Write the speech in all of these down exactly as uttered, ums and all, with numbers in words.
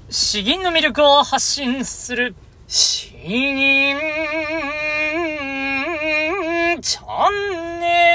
詩吟の魅力を発信する詩吟チャンネ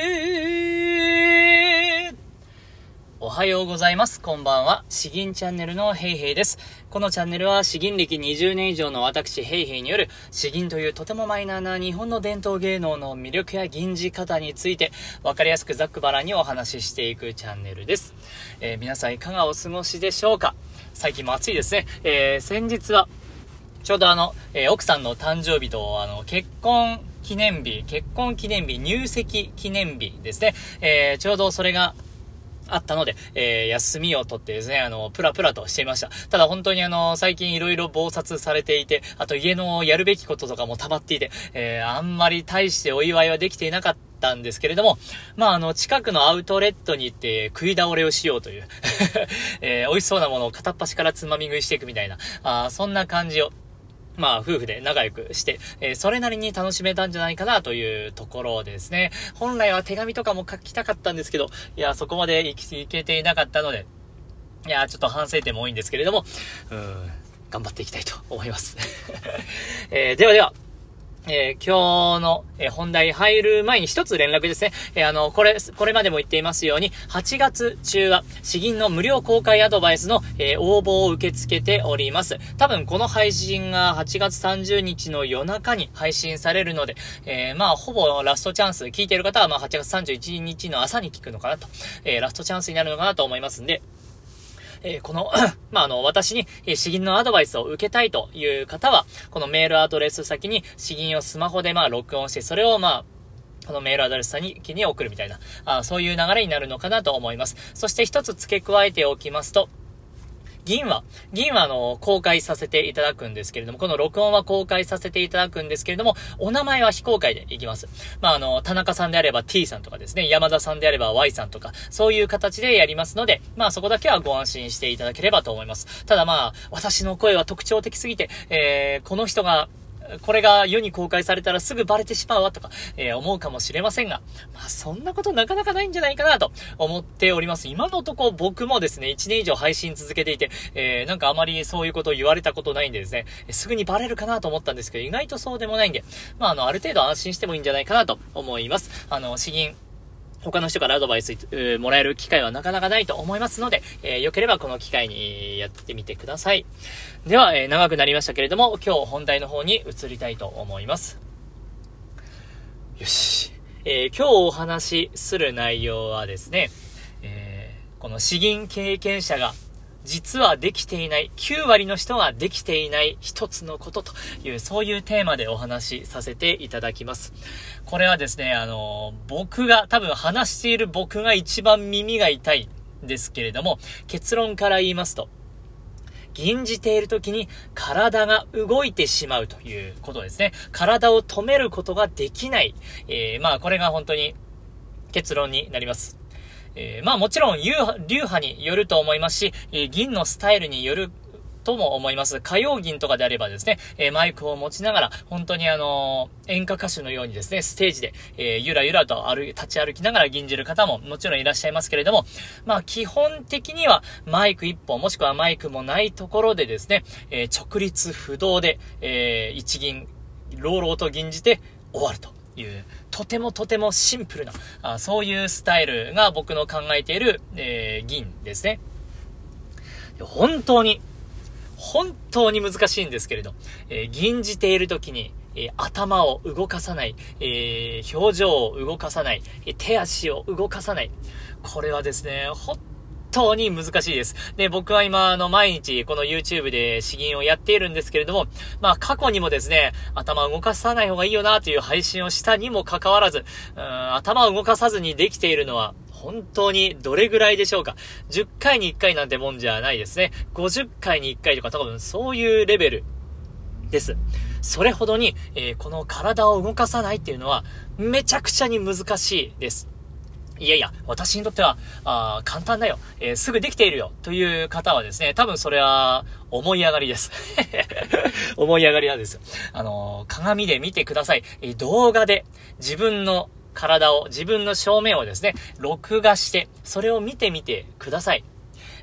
ル。おはようございます。こんばんは。詩吟チャンネルのヘイヘイです。このチャンネルは詩吟歴にじゅうねん以上の私ヘイヘイによる詩吟というとてもマイナーな日本の伝統芸能の魅力や吟じ方についてわかりやすくざっくばらんにお話ししていくチャンネルです。えー、皆さんいかがお過ごしでしょうか。最近も暑いですね。えー、先日はちょうどあの、えー、奥さんの誕生日とあの結婚記念日、結婚記念日、入籍記念日ですね。えー、ちょうどそれがあったので、えー、休みを取ってですね、あの、プラプラとしていました。ただ本当にあの、最近いろいろ忙殺されていて、あと家のやるべきこととかも溜まっていて、えー、あんまり大してお祝いはできていなかったんですけれども、まああの、近くのアウトレットに行って食い倒れをしようという、えー、美味しそうなものを片っ端からつまみ食いしていくみたいな、あそんな感じを、まあ、夫婦で仲良くして、えー、それなりに楽しめたんじゃないかなというところですね。本来は手紙とかも書きたかったんですけど、いや、そこまでいけていなかったので、いや、ちょっと反省点も多いんですけれども、うーん、頑張っていきたいと思います。えー、ではでは、えー、今日の、えー、本題入る前に一つ連絡ですね。えー、あの、これ、これまでも言っていますように、はちがつ中は、詩吟の無料公開アドバイスの、えー、応募を受け付けております。多分この配信がはちがつさんじゅうにちの夜中に配信されるので、えー、まあ、ほぼラストチャンス、聞いている方は、まあ、はちがつさんじゅういちにちの朝に聞くのかなと、えー、ラストチャンスになるのかなと思いますんで、えー、この、まあ、あの、私に、えー、詩吟のアドバイスを受けたいという方は、このメールアドレス先に詩吟をスマホで、まあ、録音して、それを、まあ、このメールアドレス先に送るみたいな、あそういう流れになるのかなと思います。そして一つ付け加えておきますと、銀は、銀はあの、公開させていただくんですけれども、この録音は公開させていただくんですけれども、お名前は非公開でいきます。まあ、あの、田中さんであれば T さんとかですね、山田さんであれば Y さんとか、そういう形でやりますので、まあ、そこだけはご安心していただければと思います。ただまあ、私の声は特徴的すぎて、えー、この人が、これが世に公開されたらすぐバレてしまうわとか、えー、思うかもしれませんが、まあそんなことなかなかないんじゃないかなと思っております。今のところ僕もですね、いちねん以上配信続けていて、えー、なんかあまりそういうことを言われたことないんでですね、すぐにバレるかなと思ったんですけど、意外とそうでもないんで、まああの、ある程度安心してもいいんじゃないかなと思います。あの、詩吟、他の人からアドバイス、えー、もらえる機会はなかなかないと思いますので、えー、よければこの機会にやってみてください。では、えー、長くなりましたけれども、今日本題の方に移りたいと思います。よし。えー、今日お話しする内容はですね、えー、この詩吟経験者が実はできていない、きゅうわりの人ができていない一つのことという、そういうテーマでお話しさせていただきます。これはですね、あの、僕が、多分話している僕が一番耳が痛いんですけれども、結論から言いますと、吟じている時に体が動いてしまうということですね。体を止めることができない。えー、まあこれが本当に結論になります。えー、まあもちろん流派によると思いますし、えー、吟のスタイルによるとも思います。歌謡吟とかであればですね、えー、マイクを持ちながら、本当にあのー、演歌歌手のようにですね、ステージで、えー、ゆらゆらと歩立ち歩きながら吟じる方ももちろんいらっしゃいますけれども、まあ基本的にはマイク一本、もしくはマイクもないところでですね、えー、直立不動で、えー、一吟、朗々と吟じて終わるという、とてもとてもシンプルな、あそういうスタイルが僕の考えている、えー、吟ですね。本当に、本当に難しいんですけれど、えー、吟じている時に、えー、頭を動かさない、えー、表情を動かさない、えー、手足を動かさない。これはですね、本当に難しいです。で、僕は今、あの、毎日この YouTube で詩吟をやっているんですけれども、まあ、過去にもですね、頭を動かさない方がいいよなという配信をしたにもかかわらず、うーん、頭を動かさずにできているのは、本当にどれぐらいでしょうか。じゅっかいにいっかいなんてもんじゃないですね。ごじゅっかいにいっかいとか多分そういうレベルです。それほどに、えー、この体を動かさないっていうのはめちゃくちゃに難しいです。いやいや、私にとってはあ簡単だよ、えー、すぐできているよという方はですね、多分それは思い上がりです思い上がりなんですよ。あのー、鏡で見てください。えー、動画で自分の体を、自分の正面をですね、録画して、それを見てみてください。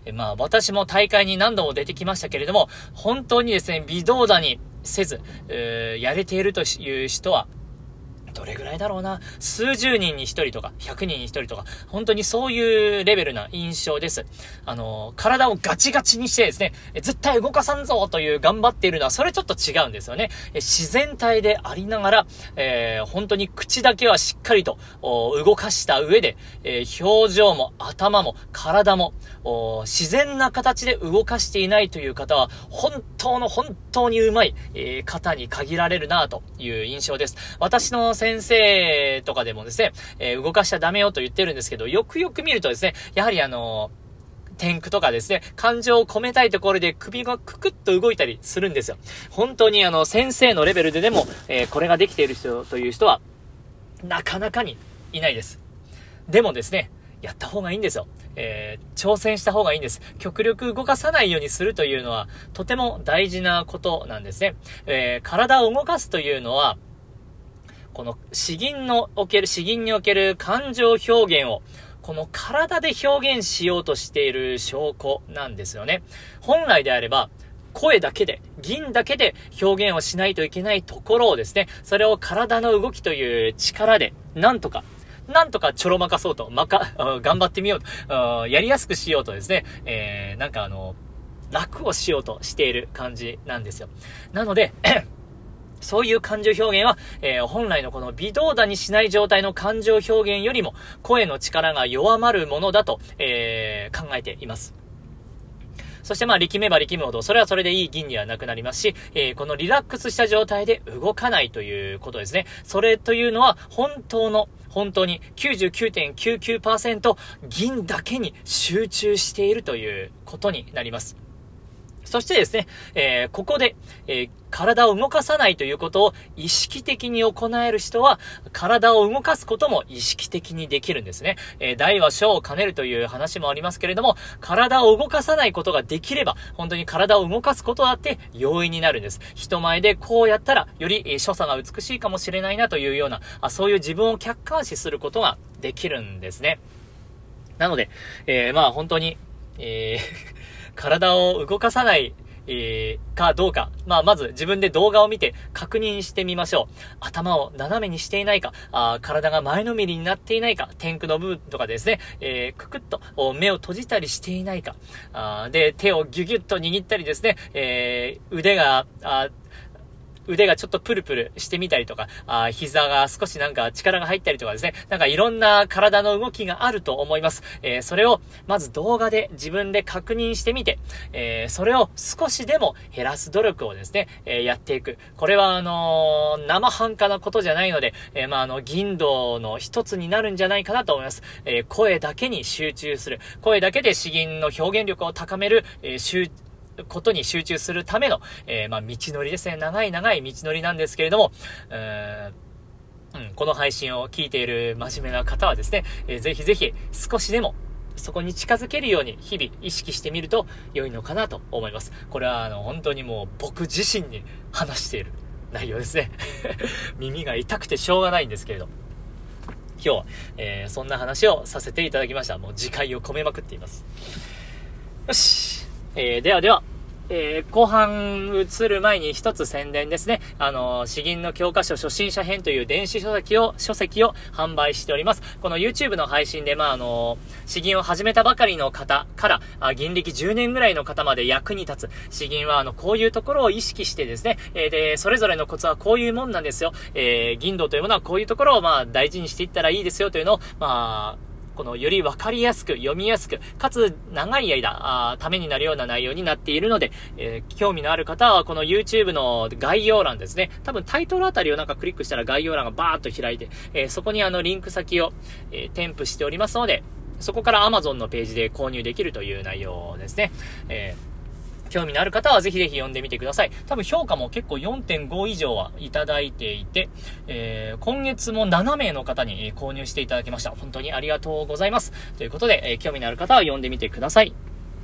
えまあ私も大会に何度も出てきましたけれども、本当にですね、微動だにせず、えー、やれているという人は、どれぐらいだろうな。数十人に一人とか、百人に一人とか、本当にそういうレベルな印象です。あの、体をガチガチにしてですね、絶対動かさんぞという頑張っているのは、それちょっと違うんですよね。自然体でありながら、えー、本当に口だけはしっかりと動かした上で、えー、表情も頭も体も自然な形で動かしていないという方は、本当の本当にうまい、えー、方に限られるなという印象です。私の先生とかでもですね、えー、動かしちゃダメよと言ってるんですけど、よくよく見るとですね、やはりあのー、天空とかですね、感情を込めたいところで首がククッと動いたりするんですよ。本当にあの、先生のレベルででも、えー、これができている人という人は、なかなかにいないです。でもですね、やった方がいいんですよ。えー、挑戦した方がいいんです。極力動かさないようにするというのは、とても大事なことなんですね。えー、体を動かすというのは、この詩吟のおける、詩吟における感情表現を、この体で表現しようとしている証拠なんですよね。本来であれば、声だけで、吟だけで表現をしないといけないところをですね、それを体の動きという力で、なんとか、なんとかちょろまかそうと、まか、頑張ってみようと、やりやすくしようとですね、えー、なんかあの、楽をしようとしている感じなんですよ。なので、そういう感情表現は、えー、本来のこの微動だにしない状態の感情表現よりも声の力が弱まるものだと、えー、考えています。そしてまあ力めば力むほどそれはそれでいい吟にはなくなりますし、えー、このリラックスした状態で動かないということですね。それというのは本当の本当に きゅうじゅうきゅうてんきゅうきゅうパーセント 吟だけに集中しているということになります。そしてですね、えー、ここで、えー、体を動かさないということを意識的に行える人は、体を動かすことも意識的にできるんですね。えー、大は小を兼ねるという話もありますけれども、体を動かさないことができれば、本当に体を動かすことだって容易になるんです。人前でこうやったら、より、えー、所作が美しいかもしれないなというようなあ、そういう自分を客観視することができるんですね。なので、えー、まあ本当に、えー体を動かさない、えー、かどうか。まあ、まず自分で動画を見て確認してみましょう。頭を斜めにしていないか、あ体が前のめりになっていないか、天空の部分とかですね、えー、くくっと目を閉じたりしていないか。あで、手をギュギュッと握ったりですね、えー、腕が、あ腕がちょっとプルプルしてみたりとか、あ膝が少しなんか力が入ったりとかですね、なんかいろんな体の動きがあると思います。えー、それをまず動画で自分で確認してみて、えー、それを少しでも減らす努力をですね、えー、やっていく。これはあのー、生半可なことじゃないので、えー、まああの、吟道の一つになるんじゃないかなと思います。えー、声だけに集中する。声だけで詩吟の表現力を高める、えー、集ことに集中するための、えー、まあ、道のりですね。長い長い道のりなんですけれども、えーうん、この配信を聞いている真面目な方はですね、えー、ぜひぜひ少しでもそこに近づけるように日々意識してみると良いのかなと思います。これはあの本当にもう僕自身に話している内容ですね。耳が痛くてしょうがないんですけれど。今日は、えー、そんな話をさせていただきました。もう自戒を込めまくっています。よし。えー、ではでは、えー、後半移る前に一つ宣伝ですね。あのー、詩吟の教科書初心者編という電子書籍を、書籍を販売しております。この YouTube の配信で、まあ、あのー、詩吟を始めたばかりの方から、あ吟歴じゅうねんぐらいの方まで役に立つ。詩吟は、あの、こういうところを意識してですね、えー、で、それぞれのコツはこういうもんなんですよ。えー、吟道というものはこういうところを、まあ、大事にしていったらいいですよというのを、まあ、このより分かりやすく読みやすくかつ長い間あためになるような内容になっているので、えー、興味のある方はこの YouTube の概要欄ですね、多分タイトルあたりをなんかクリックしたら概要欄がバーッと開いて、えー、そこにあのリンク先を、えー、添付しておりますので、そこから Amazon のページで購入できるという内容ですね。えー興味のある方はぜひぜひ読んでみてください。多分評価も結構 よんてんご 以上はいただいていて、えー、今月もななめいの方に購入していただきました。本当にありがとうございます。ということで、えー、興味のある方は読んでみてください。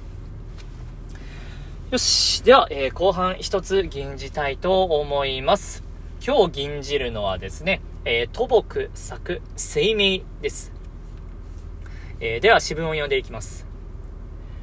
よし。では、えー、後半一つ吟じたいと思います。今日吟じるのはですね、えー、吐木作生命です。えー、では詩文を読んでいきます。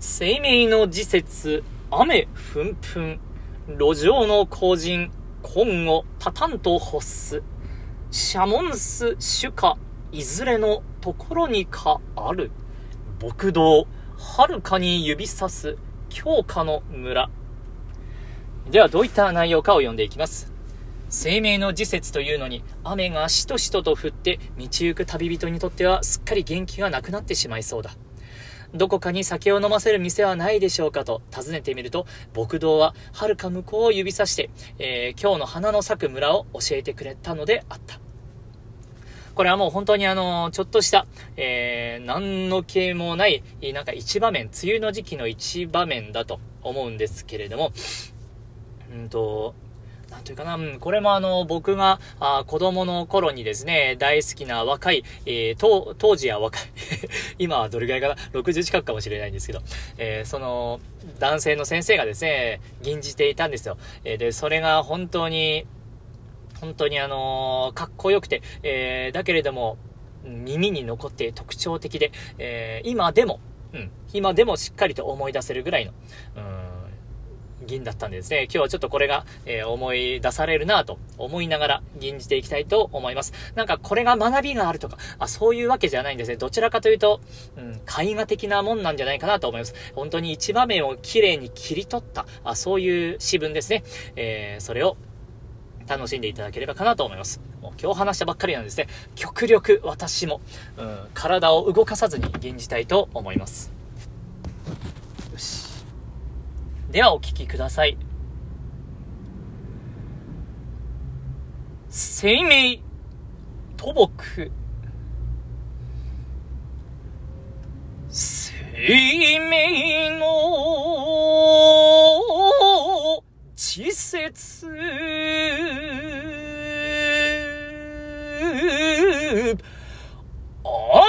生命の時節、雨ふんふん。路上の行人、今後たたんと欲す。社門す主か、いずれのところにかある。牧道、遥かに指さす、京香の村。ではどういった内容かを読んでいきます。生命の時節というのに、雨がしとしとと降って、道行く旅人にとってはすっかり元気がなくなってしまいそうだ。どこかに酒を飲ませる店はないでしょうかと尋ねてみると、牧道は遥か向こうを指さして、えー、今日の花の咲く村を教えてくれたのであった。これはもう本当にあの、ちょっとした、えー、何の気もない、なんか一場面、梅雨の時期の一場面だと思うんですけれども、うんと、なんというかな、うん、これもあの、僕があ子供の頃にですね、大好きな若い、えー、当当時は若い、今はどれぐらいかな、ろくじゅう近くかもしれないんですけど、えー、その、男性の先生がですね、吟じていたんですよ。えー、で、それが本当に、本当にあのー、かっこよくて、えー、だけれども、耳に残って特徴的で、えー、今でも、うん、今でもしっかりと思い出せるぐらいの、うん吟だったんでですね、今日はちょっとこれが、えー、思い出されるなと思いながら吟じていきたいと思います。なんかこれが学びがあるとか、あ、そういうわけじゃないんですね。どちらかというと、うん、絵画的なもんなんじゃないかなと思います。本当に一場面を綺麗に切り取った、あ、そういう詩文ですね。えー、それを楽しんでいただければかなと思います。もう今日話したばっかりなんですね。極力私も、うん、体を動かさずに吟じたいと思います。よし。ではお聞きください。生命吐木。生命の時節、雨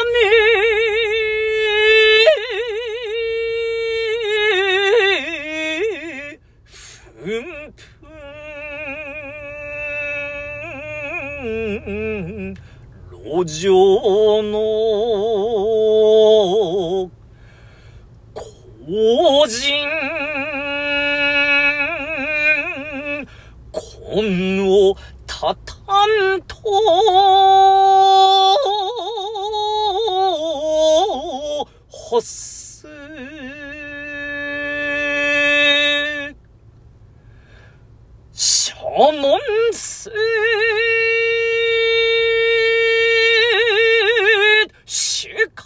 ふんふん、路上の行人、今をたたんと欲す。社門す主か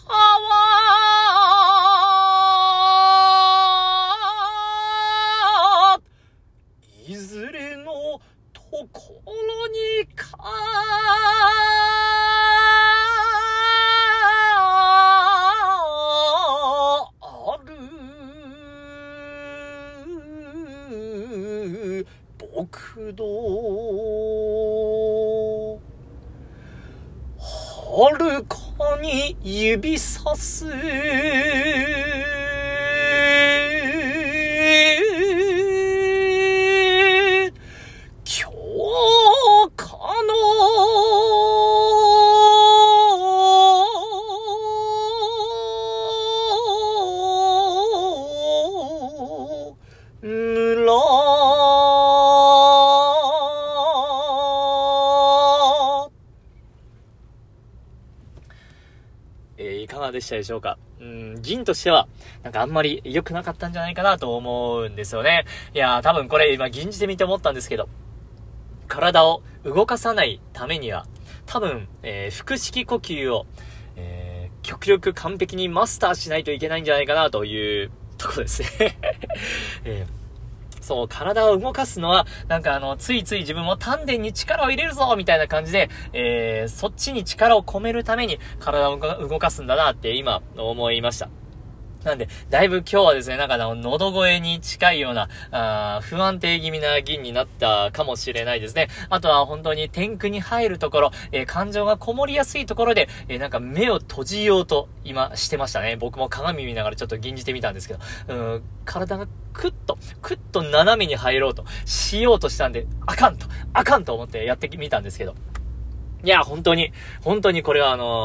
はいずれのところにかある。牧道、遥かに指さす京香の村。いかがでしたでしょうか。うん、吟としては、なんかあんまり良くなかったんじゃないかなと思うんですよね。いやー、多分これ今吟じてみて思ったんですけど、体を動かさないためには、多分、えー、腹式呼吸を、えー、極力完璧にマスターしないといけないんじゃないかなというところですね。えーそう、体を動かすのは、なんかあの、ついつい自分も丹田に力を入れるぞみたいな感じで、えー、そっちに力を込めるために体を動かすんだなって今思いました。なんで、だいぶ今日はですね、なんかあの、喉声に近いような、あ不安定気味な吟になったかもしれないですね。あとは本当に天空に入るところ、えー、感情がこもりやすいところで、えー、なんか目を閉じようと今してましたね。僕も鏡見ながらちょっと吟じてみたんですけど、うーん、体がクッと、クッと斜めに入ろうとしようとしたんで、あかんと、あかんと思ってやってみたんですけど。いや、本当に、本当にこれはあの、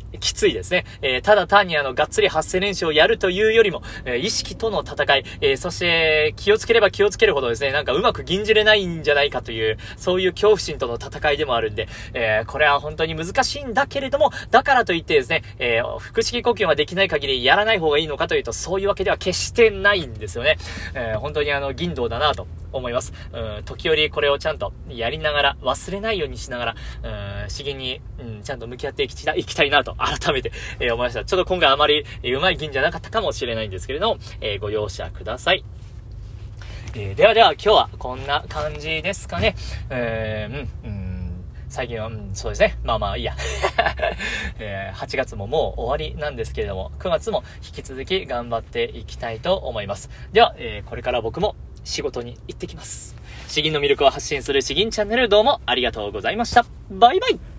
きついですね。えー、ただ単にあの、がっつり発声練習をやるというよりも、えー、意識との戦い、えー、そして気をつければ気をつけるほどですね、なんかうまく吟じれないんじゃないかという、そういう恐怖心との戦いでもあるんで、えー、これは本当に難しいんだけれども、だからといってですね、えー、腹式呼吸ができない限りやらない方がいいのかというと、そういうわけでは決してないんですよね。えー、本当にあの、銀道だなと思います。うん、時折これをちゃんとやりながら、忘れないようにしながら、うん、詩吟に、うん、ちゃんと向き合っていきたい、いきたいなと、改めて、えー、思いました。ちょっと今回あまり、えー、うまい吟じゃなかったかもしれないんですけれども、えー、ご容赦ください。えー、ではでは今日はこんな感じですかね。えー、うん、うん最近は、うん、そうですね。まあまあいいや、えー。はちがつももう終わりなんですけれども、くがつも引き続き頑張っていきたいと思います。では、えー、これから僕も仕事に行ってきます。詩吟の魅力を発信する詩吟チャンネル、どうもありがとうございました。バイバイ。